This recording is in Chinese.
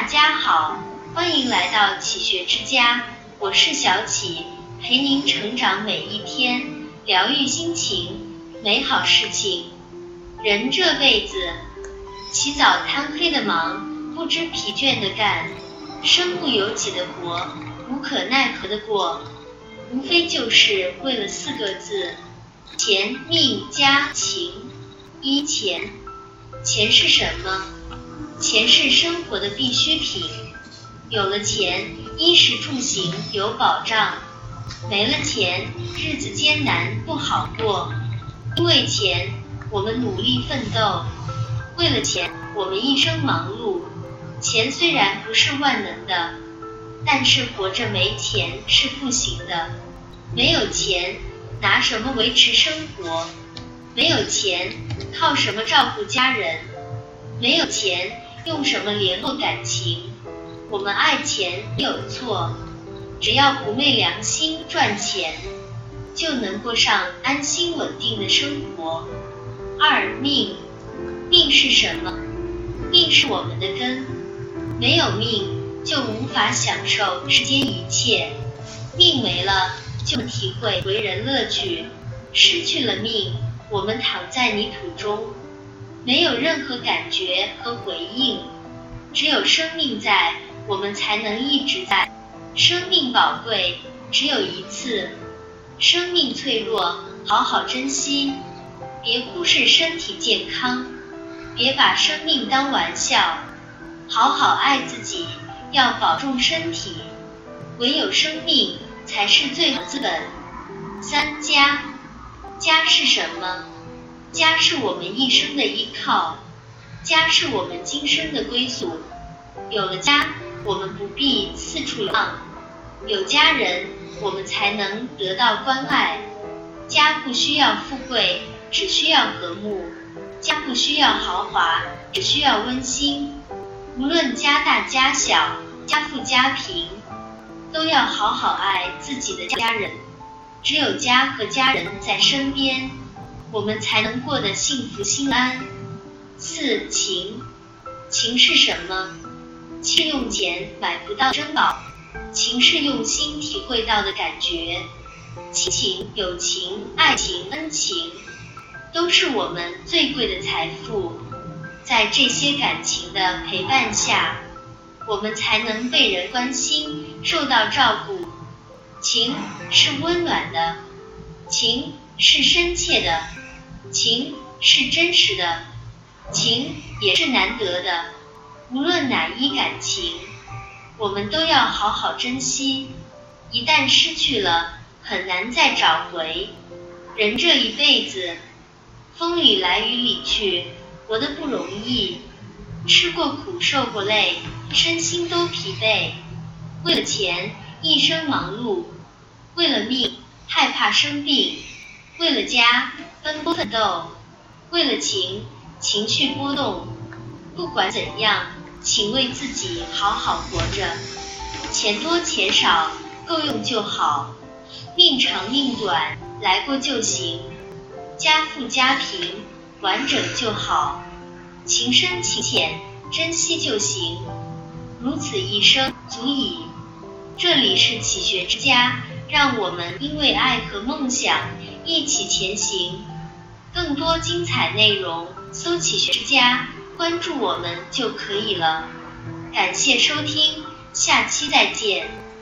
大家好，欢迎来到启学之家，我是小启，陪您成长每一天，疗愈心情，美好事情。人这辈子，起早贪黑的忙，不知疲倦的干，身不由己的活，无可奈何的过，无非就是为了4个字：钱、命、家、情。钱，钱是什么？钱是生活的必需品，有了钱，衣食住行有保障；没了钱，日子艰难不好过。因为钱，我们努力奋斗；为了钱，我们一生忙碌。钱虽然不是万能的，但是活着没钱是不行的。没有钱，拿什么维持生活？没有钱，靠什么照顾家人？没有钱，用什么联络感情？我们爱钱没有错，只要不昧良心赚钱，就能过上安心稳定的生活。命，命是什么？命是我们的根，没有命就无法享受世间一切，命没了就能体会为人乐趣，失去了命，我们躺在泥土中，没有任何感觉和回应。只有生命在，我们才能一直在。生命宝贵，只有一次。生命脆弱，好好珍惜。别忽视身体健康，别把生命当玩笑。好好爱自己，要保重身体。唯有生命才是最好资本。家，家是什么？家是我们一生的依靠，家是我们今生的归宿。有了家，我们不必四处流浪；有家人，我们才能得到关爱。家不需要富贵，只需要和睦；家不需要豪华，只需要温馨。无论家大家小，家富家贫，都要好好爱自己的家人。只有家和家人在身边，我们才能过得幸福心安。情，情是什么？情用钱买不到珍宝，情是用心体会到的感觉。亲情、友情、爱情、恩情，都是我们最贵的财富。在这些感情的陪伴下，我们才能被人关心，受到照顾。情是温暖的，情是深切的，情是真实的，情也是难得的。无论哪一感情，我们都要好好珍惜，一旦失去了，很难再找回。人这一辈子，风里来雨里去，活得不容易，吃过苦受过累，身心都疲惫。为了钱，一生忙碌；为了命，害怕生病；为了家，奔波奋斗；为了情，情绪波动。不管怎样，请为自己好好活着。钱多钱少，够用就好；命长命短，来过就行。家富家贫，完整就好；情深情浅，珍惜就行。如此一生足矣。这里是启学之家，让我们因为爱和梦想一起前行。更多精彩内容，搜启学之家，关注我们就可以了。感谢收听，下期再见。